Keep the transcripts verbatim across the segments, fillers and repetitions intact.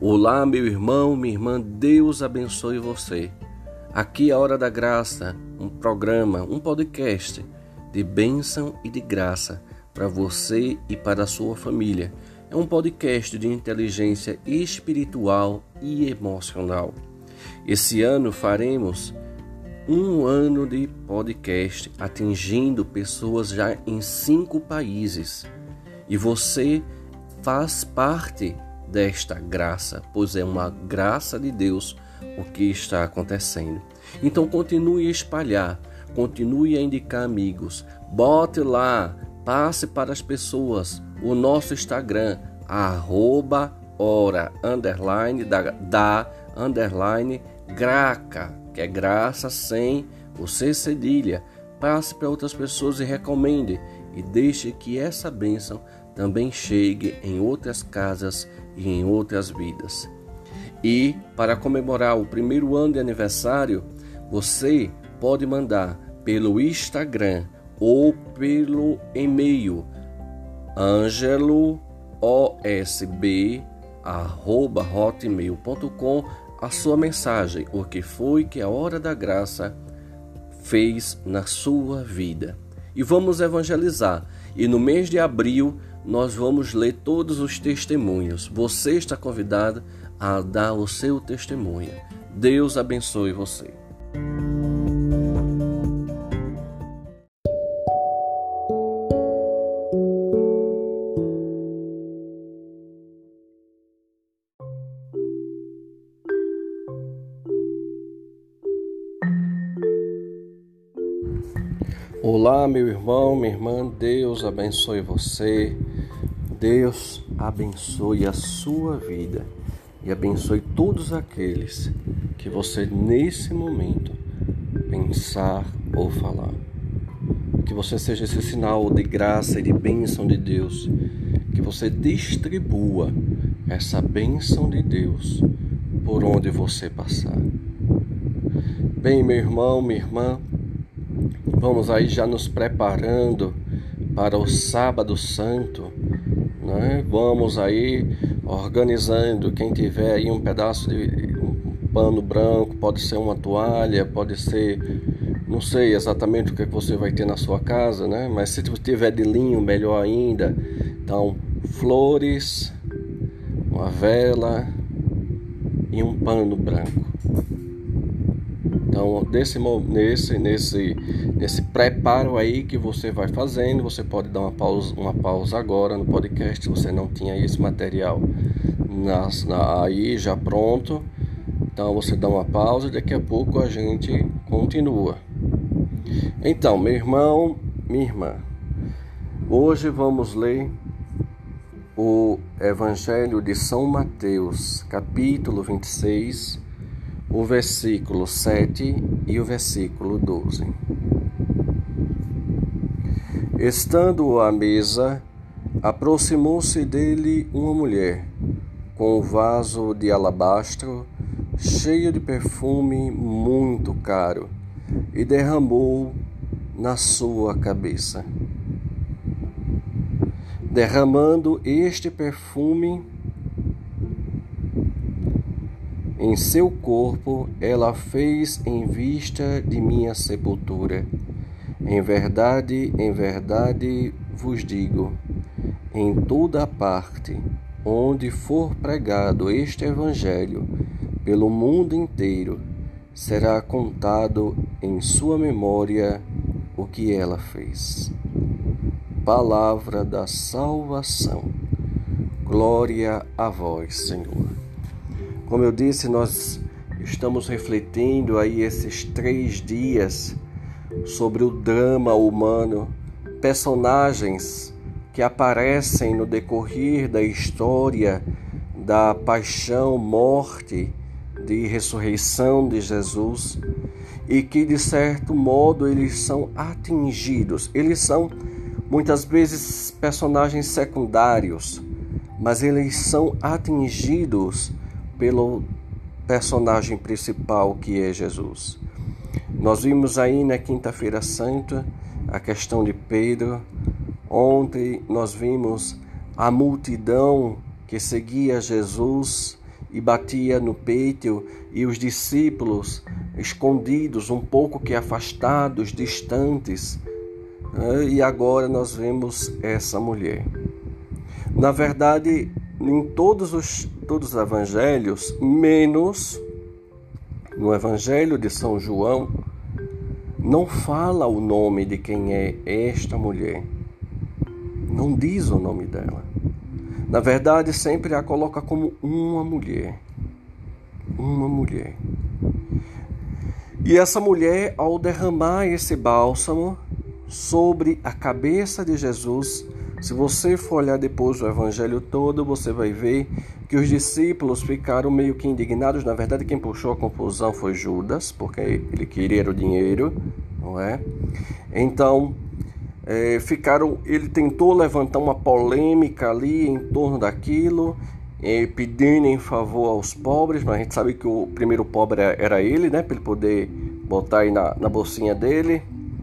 Olá, meu irmão, minha irmã, Deus abençoe você. Aqui é a Hora da Graça, um programa, um podcast de bênção e de graça para você e para a sua família. É um podcast de inteligência espiritual e emocional. Esse ano faremos um ano de podcast atingindo pessoas já em cinco países. E você faz parte desta graça, pois é uma graça de Deus o que está acontecendo. Então continue a espalhar, continue a indicar amigos, bote lá, passe para as pessoas o nosso Instagram, arroba hora, underline, da, da, underline, graca, que é graça sem o C cedilha. Passe para outras pessoas e recomende, e deixe que essa bênção também chegue em outras casas e em outras vidas. E para comemorar o primeiro ano de aniversário, você pode mandar pelo Instagram ou pelo e-mail angelo osb arroba hotmail ponto com a sua mensagem, o que foi que a Hora da Graça fez na sua vida. E vamos evangelizar. E no mês de abril nós vamos ler todos os testemunhos. Você está convidado a dar o seu testemunho. Deus abençoe você. Olá, meu irmão, minha irmã, Deus abençoe você, Deus abençoe a sua vida e abençoe todos aqueles que você nesse momento pensar ou falar. Que você seja esse sinal de graça e de bênção de Deus, que você distribua essa bênção de Deus por onde você passar. Bem, meu irmão, minha irmã, vamos aí já nos preparando para o Sábado Santo, né? Vamos aí organizando, quem tiver aí um pedaço de um pano branco, pode ser uma toalha, pode ser, não sei exatamente o que você vai ter na sua casa, né? Mas se tiver de linho, melhor ainda. Então, flores, uma vela e um pano branco. Então, desse, nesse, nesse, nesse preparo aí que você vai fazendo, você pode dar uma pausa, uma pausa agora no podcast, se você não tinha esse material nas, na, aí já pronto. Então, você dá uma pausa e daqui a pouco a gente continua. Então, meu irmão, minha irmã, hoje vamos ler o Evangelho de São Mateus, capítulo vinte e seis, o versículo sete e o versículo doze. Estando à mesa, aproximou-se dele uma mulher, com um vaso de alabastro, cheio de perfume muito caro, e derramou na sua cabeça. Derramando este perfume em seu corpo, ela fez em vista de minha sepultura. Em verdade, em verdade vos digo, em toda a parte onde for pregado este Evangelho pelo mundo inteiro, será contado em sua memória o que ela fez. Palavra da salvação. Glória a vós, Senhor. Como eu disse, nós estamos refletindo aí esses três dias sobre o drama humano, personagens que aparecem no decorrer da história da paixão, morte e ressurreição de Jesus, e que de certo modo eles são atingidos. Eles são muitas vezes personagens secundários, mas eles são atingidos pelo personagem principal, que é Jesus. Nós vimos aí na Quinta-feira Santa a questão de Pedro. Ontem nós vimos a multidão que seguia Jesus e batia no peito, e os discípulos escondidos, um pouco que afastados, distantes. E agora nós vemos essa mulher. Na verdade, em todos os, todos os evangelhos, menos no evangelho de São João, não fala o nome de quem é esta mulher. Não diz o nome dela. Na verdade, sempre a coloca como uma mulher. Uma mulher. E essa mulher, ao derramar esse bálsamo sobre a cabeça de Jesus, se você for olhar depois o evangelho todo, você vai ver que os discípulos ficaram meio que indignados. Na verdade, quem puxou a confusão foi Judas, porque ele queria o dinheiro, não é? Então, é, ficaram, ele tentou levantar uma polêmica ali em torno daquilo, é, pedindo em favor aos pobres, mas a gente sabe que o primeiro pobre era ele, né? Para ele poder botar aí na, na bolsinha dele.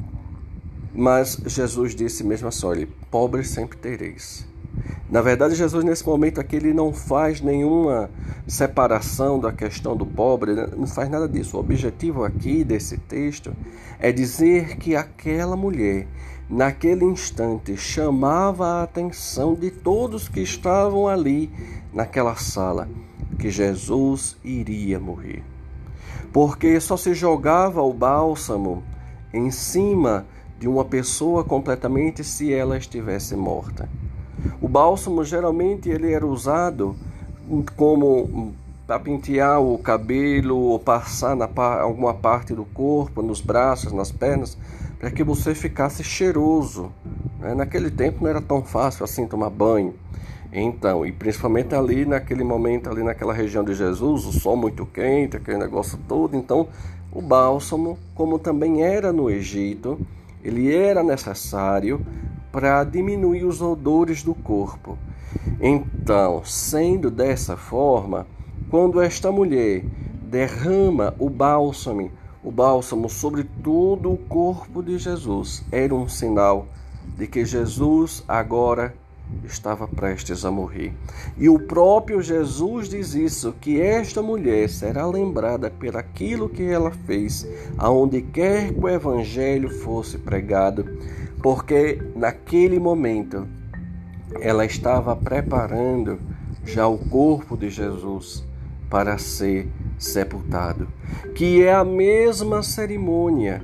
Mas Jesus disse mesmo assim, olha, pobres sempre tereis. Na verdade, Jesus nesse momento aqui, ele não faz nenhuma separação da questão do pobre, não faz nada disso. O objetivo aqui desse texto é dizer que aquela mulher, naquele instante, chamava a atenção de todos que estavam ali naquela sala, que Jesus iria morrer. Porque só se jogava o bálsamo em cima de uma pessoa completamente se ela estivesse morta. O bálsamo geralmente ele era usado como para pentear o cabelo ou passar na alguma parte do corpo, nos braços, nas pernas, para que você ficasse cheiroso. Naquele tempo não era tão fácil assim tomar banho. Então, e principalmente ali naquele momento, ali naquela região de Jesus, o sol muito quente, aquele negócio todo. Então, o bálsamo, como também era no Egito, ele era necessário para diminuir os odores do corpo. Então, sendo dessa forma, quando esta mulher derrama o bálsamo, o bálsamo sobre todo o corpo de Jesus, era um sinal de que Jesus agora estava prestes a morrer. E o próprio Jesus diz isso, que esta mulher será lembrada por aquilo que ela fez, aonde quer que o evangelho fosse pregado, porque naquele momento ela estava preparando já o corpo de Jesus para ser sepultado, que é a mesma cerimônia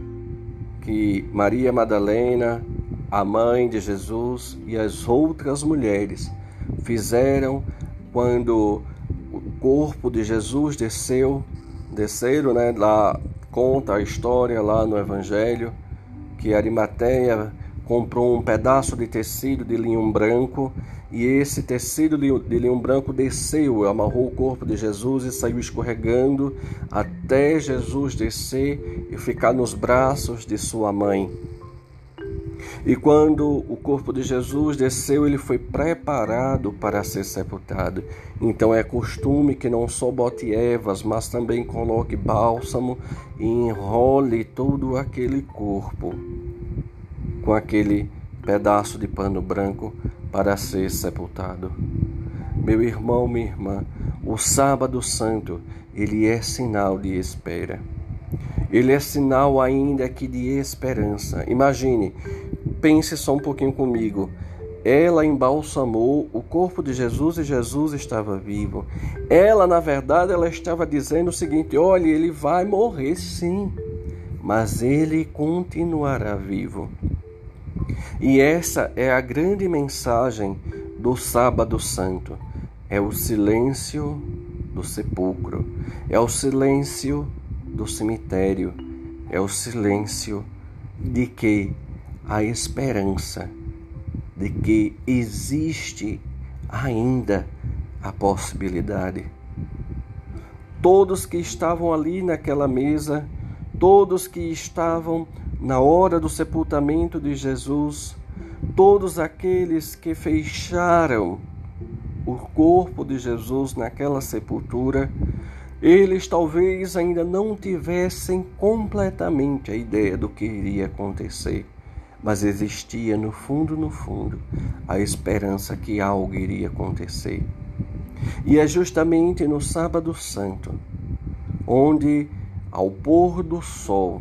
que Maria Madalena, a mãe de Jesus, e as outras mulheres fizeram quando o corpo de Jesus desceu, desceram, né? Lá conta a história lá no Evangelho que Arimateia comprou um pedaço de tecido de linho branco, e esse tecido de linho branco desceu, amarrou o corpo de Jesus e saiu escorregando até Jesus descer e ficar nos braços de sua mãe. E quando o corpo de Jesus desceu, ele foi preparado para ser sepultado. Então é costume que não só bote ervas, mas também coloque bálsamo e enrole todo aquele corpo com aquele pedaço de pano branco para ser sepultado. Meu irmão, minha irmã, o sábado santo, ele é sinal de espera. Ele é sinal ainda que de esperança. Imagine, pense só um pouquinho comigo. Ela embalsamou o corpo de Jesus e Jesus estava vivo. Ela, na verdade, ela estava dizendo o seguinte: olha, ele vai morrer sim, mas ele continuará vivo. E essa é a grande mensagem do Sábado Santo. É o silêncio do sepulcro, é o silêncio do cemitério, é o silêncio de que a esperança de que existe ainda a possibilidade. Todos que estavam ali naquela mesa, todos que estavam na hora do sepultamento de Jesus, todos aqueles que fecharam o corpo de Jesus naquela sepultura, eles talvez ainda não tivessem completamente a ideia do que iria acontecer, mas existia no fundo, no fundo, a esperança que algo iria acontecer. E é justamente no Sábado Santo, onde, ao pôr do sol,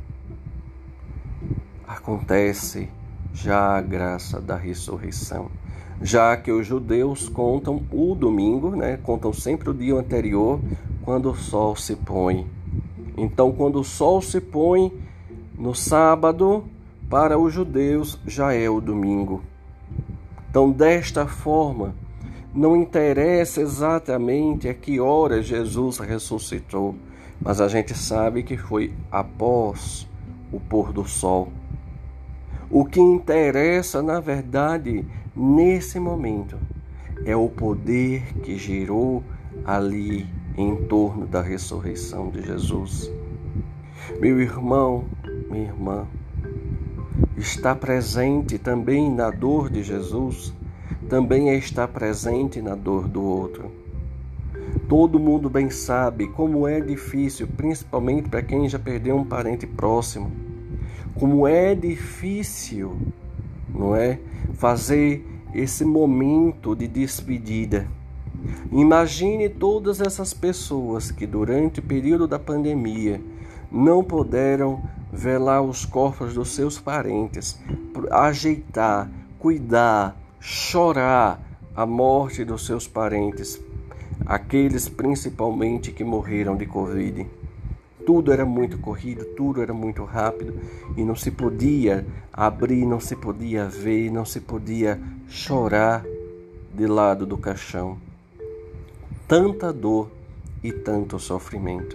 acontece já a graça da ressurreição. Já que os judeus contam o domingo, né? Contam sempre o dia anterior, quando o sol se põe. Então, quando o sol se põe no sábado, para os judeus já é o domingo. Então, desta forma, não interessa exatamente a que hora Jesus ressuscitou, mas a gente sabe que foi após o pôr do sol. O que interessa, na verdade, nesse momento, é o poder que girou ali em torno da ressurreição de Jesus. Meu irmão, minha irmã, está presente também na dor de Jesus, também está presente na dor do outro. Todo mundo bem sabe como é difícil, principalmente para quem já perdeu um parente próximo, como é difícil, não é, fazer esse momento de despedida. Imagine todas essas pessoas que durante o período da pandemia não puderam velar os corpos dos seus parentes, ajeitar, cuidar, chorar a morte dos seus parentes, aqueles principalmente que morreram de Covid. Tudo era muito corrido, tudo era muito rápido e não se podia abrir, não se podia ver, não se podia chorar de lado do caixão. Tanta dor e tanto sofrimento.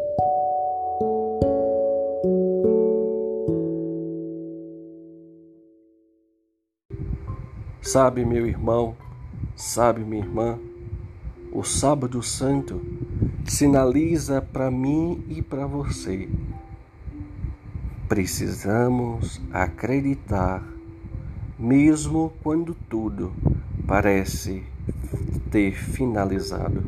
Sabe, meu irmão, sabe, minha irmã, o Sábado Santo sinaliza para mim e para você. Precisamos acreditar, mesmo quando tudo parece ter finalizado.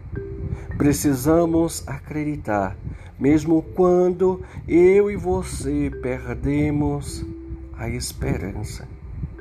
Precisamos acreditar, mesmo quando eu e você perdemos a esperança.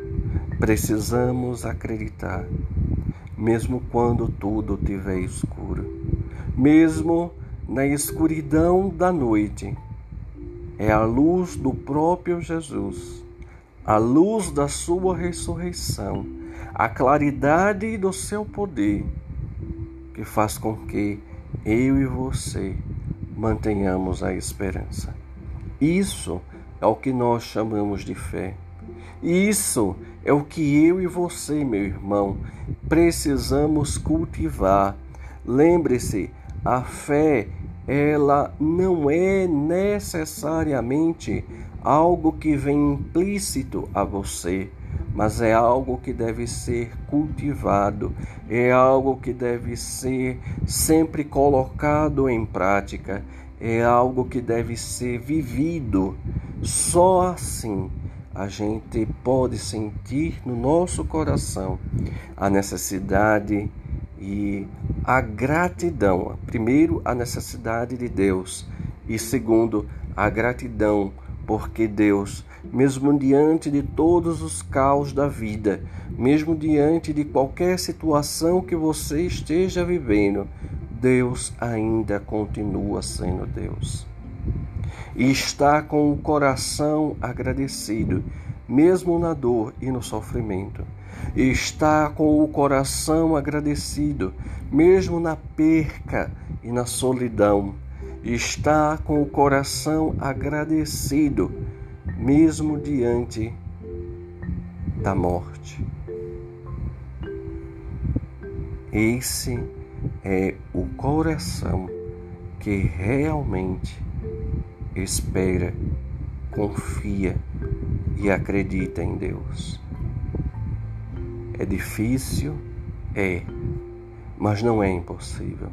Precisamos acreditar, mesmo quando tudo estiver escuro. Mesmo na escuridão da noite, é a luz do próprio Jesus, a luz da sua ressurreição, a claridade do seu poder, que faz com que eu e você mantenhamos a esperança. Isso é o que nós chamamos de fé. Isso é o que eu e você, meu irmão, precisamos cultivar. Lembre-se, a fé, ela não é necessariamente algo que vem implícito a você, mas é algo que deve ser cultivado, é algo que deve ser sempre colocado em prática, é algo que deve ser vivido. Só assim a gente pode sentir no nosso coração a necessidade e a gratidão. Primeiro, a necessidade de Deus e segundo, a gratidão, porque Deus, mesmo diante de todos os caos da vida, mesmo diante de qualquer situação que você esteja vivendo, Deus ainda continua sendo Deus. E está com o coração agradecido, mesmo na dor e no sofrimento. E está com o coração agradecido, mesmo na perca e na solidão. E está com o coração agradecido, mesmo diante da morte. Esse é o coração que realmente espera, confia e acredita em Deus. É difícil? É, mas não é impossível.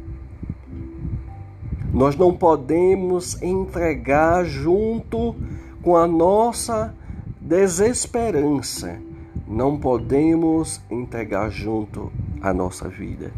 Nós não podemos entregar junto com a nossa desesperança, não podemos entregar junto a nossa vida.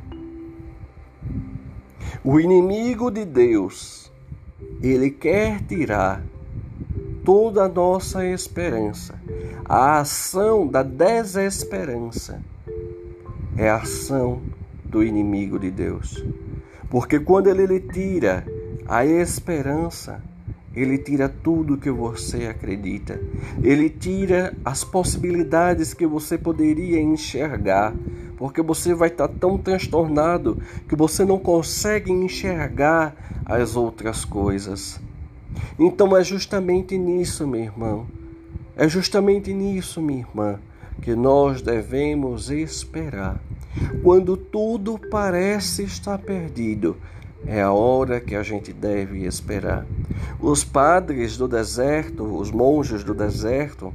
O inimigo de Deus, ele quer tirar toda a nossa esperança. A ação da desesperança é a ação do inimigo de Deus. Porque quando ele lhe tira a esperança, ele tira tudo que você acredita. Ele tira as possibilidades que você poderia enxergar. Porque você vai estar tão transtornado que você não consegue enxergar as outras coisas. Então é justamente nisso, meu irmão. É justamente nisso, minha irmã, que nós devemos esperar. Quando tudo parece estar perdido, é a hora que a gente deve esperar. Os padres do deserto, os monges do deserto,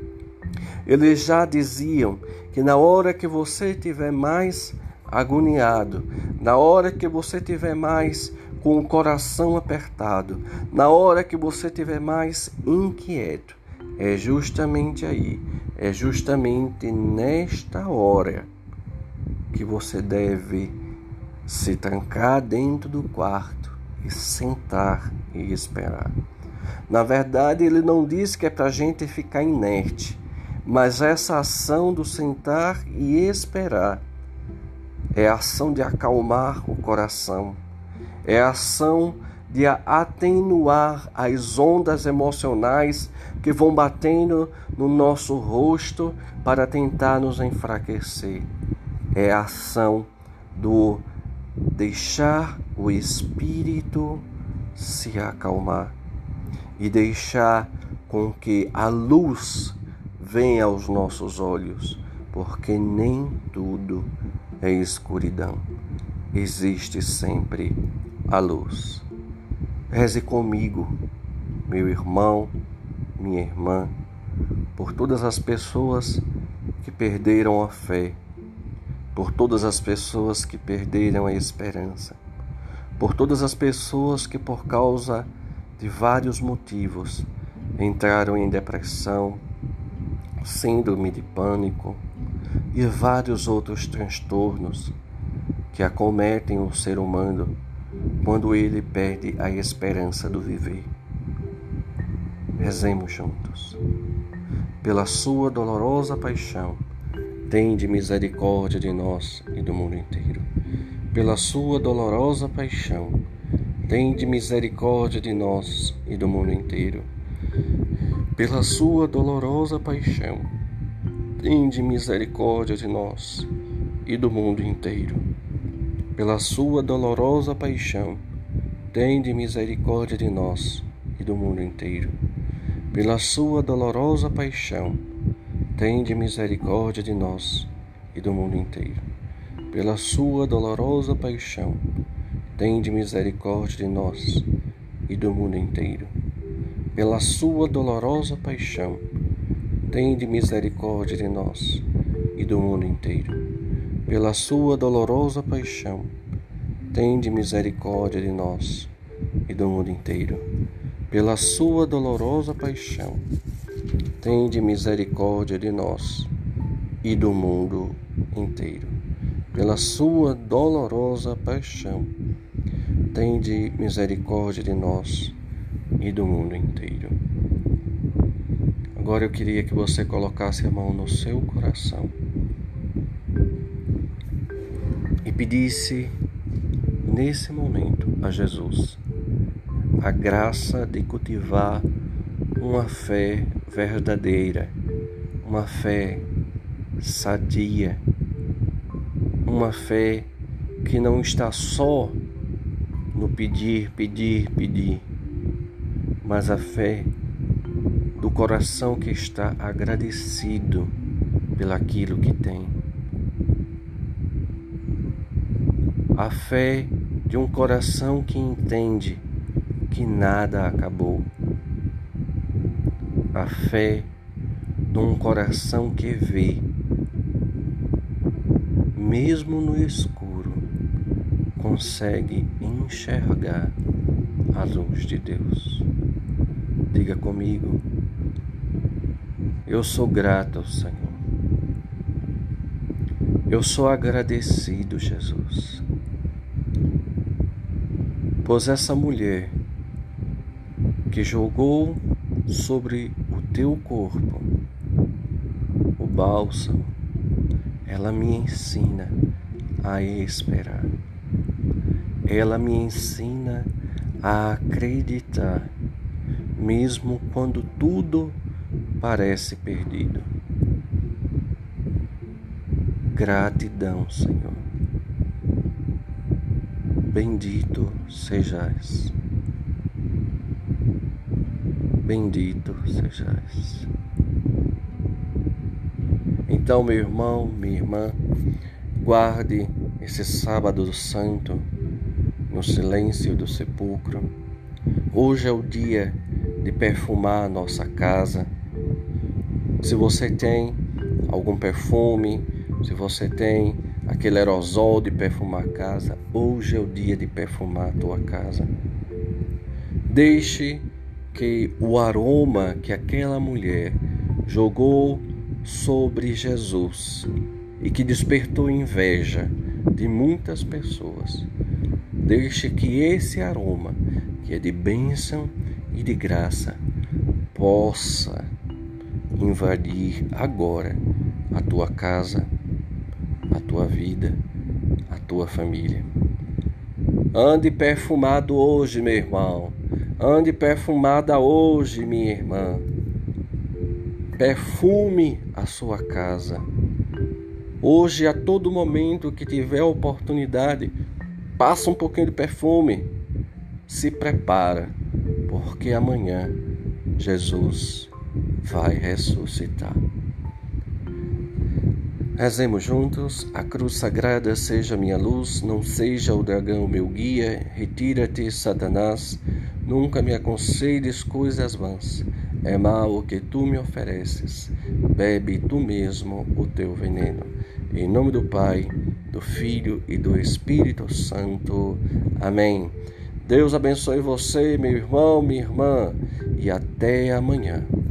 eles já diziam que na hora que você estiver mais agoniado, na hora que você estiver mais com o coração apertado, na hora que você estiver mais inquieto, é justamente aí, é justamente nesta hora que você deve se trancar dentro do quarto e sentar e esperar. Na verdade, ele não diz que é para a gente ficar inerte, mas essa ação do sentar e esperar é a ação de acalmar o coração, é a ação de atenuar as ondas emocionais que vão batendo no nosso rosto para tentar nos enfraquecer. É a ação do deixar o espírito se acalmar e deixar com que a luz venha aos nossos olhos, porque nem tudo é escuridão. Existe sempre a luz. Reze comigo, meu irmão, minha irmã, por todas as pessoas que perderam a fé, por todas as pessoas que perderam a esperança, por todas as pessoas que por causa de vários motivos entraram em depressão, síndrome de pânico e vários outros transtornos que acometem o ser humano quando ele perde a esperança do viver. Rezemos juntos. Pela sua dolorosa paixão, tende misericórdia de nós e do mundo inteiro. Pela sua dolorosa paixão, tende misericórdia de nós e do mundo inteiro. Pela sua dolorosa paixão, tende misericórdia de nós e do mundo inteiro. Pela sua dolorosa paixão, tende misericórdia de nós e do mundo inteiro. Pela sua dolorosa paixão, tende misericórdia de nós e do mundo inteiro. Pela sua dolorosa paixão, tende misericórdia de nós e do mundo inteiro. Pela sua dolorosa paixão, tende misericórdia de nós e do mundo inteiro. Pela sua dolorosa paixão, tende misericórdia de nós e do mundo inteiro. Pela sua dolorosa paixão, tende misericórdia de nós e do mundo inteiro. Pela sua dolorosa paixão, tende misericórdia de nós e do mundo inteiro. Agora eu queria que você colocasse a mão no seu coração e pedisse nesse momento a Jesus a graça de cultivar uma fé verdadeira, uma fé sadia, uma fé que não está só no pedir, pedir, pedir, mas a fé do coração que está agradecido pelaquilo que tem. A fé de um coração que entende que nada acabou. A fé de um coração que vê, mesmo no escuro, consegue enxergar a luz de Deus. Diga comigo: eu sou grato ao Senhor. Eu sou agradecido, Jesus, pois essa mulher que jogou sobre o teu corpo o bálsamo, ela me ensina a esperar. Ela me ensina a acreditar, mesmo quando tudo parece perdido. Gratidão, Senhor. Bendito sejais. Bendito sejais. Então, meu irmão, minha irmã, guarde esse sábado santo no silêncio do sepulcro. Hoje é o dia de perfumar a nossa casa. Se você tem algum perfume, se você tem aquele aerosol de perfumar a casa, hoje é o dia de perfumar a tua casa. Deixe que o aroma que aquela mulher jogou sobre Jesus e que despertou inveja de muitas pessoas, deixe que esse aroma, que é de bênção e de graça, possa invadir agora a tua casa, a tua vida, a tua família. Ande perfumado hoje, meu irmão. Ande perfumada hoje, minha irmã. Perfume a sua casa. Hoje, a todo momento que tiver oportunidade, passa um pouquinho de perfume. Se prepara, porque amanhã Jesus vai ressuscitar. Rezemos juntos. A cruz sagrada seja minha luz, não seja o dragão meu guia. Retira-te, Satanás, nunca me aconselhes coisas vãs. É mal o que tu me ofereces, bebe tu mesmo o teu veneno. Em nome do Pai, do Filho e do Espírito Santo. Amém. Deus abençoe você, meu irmão, minha irmã, e até amanhã.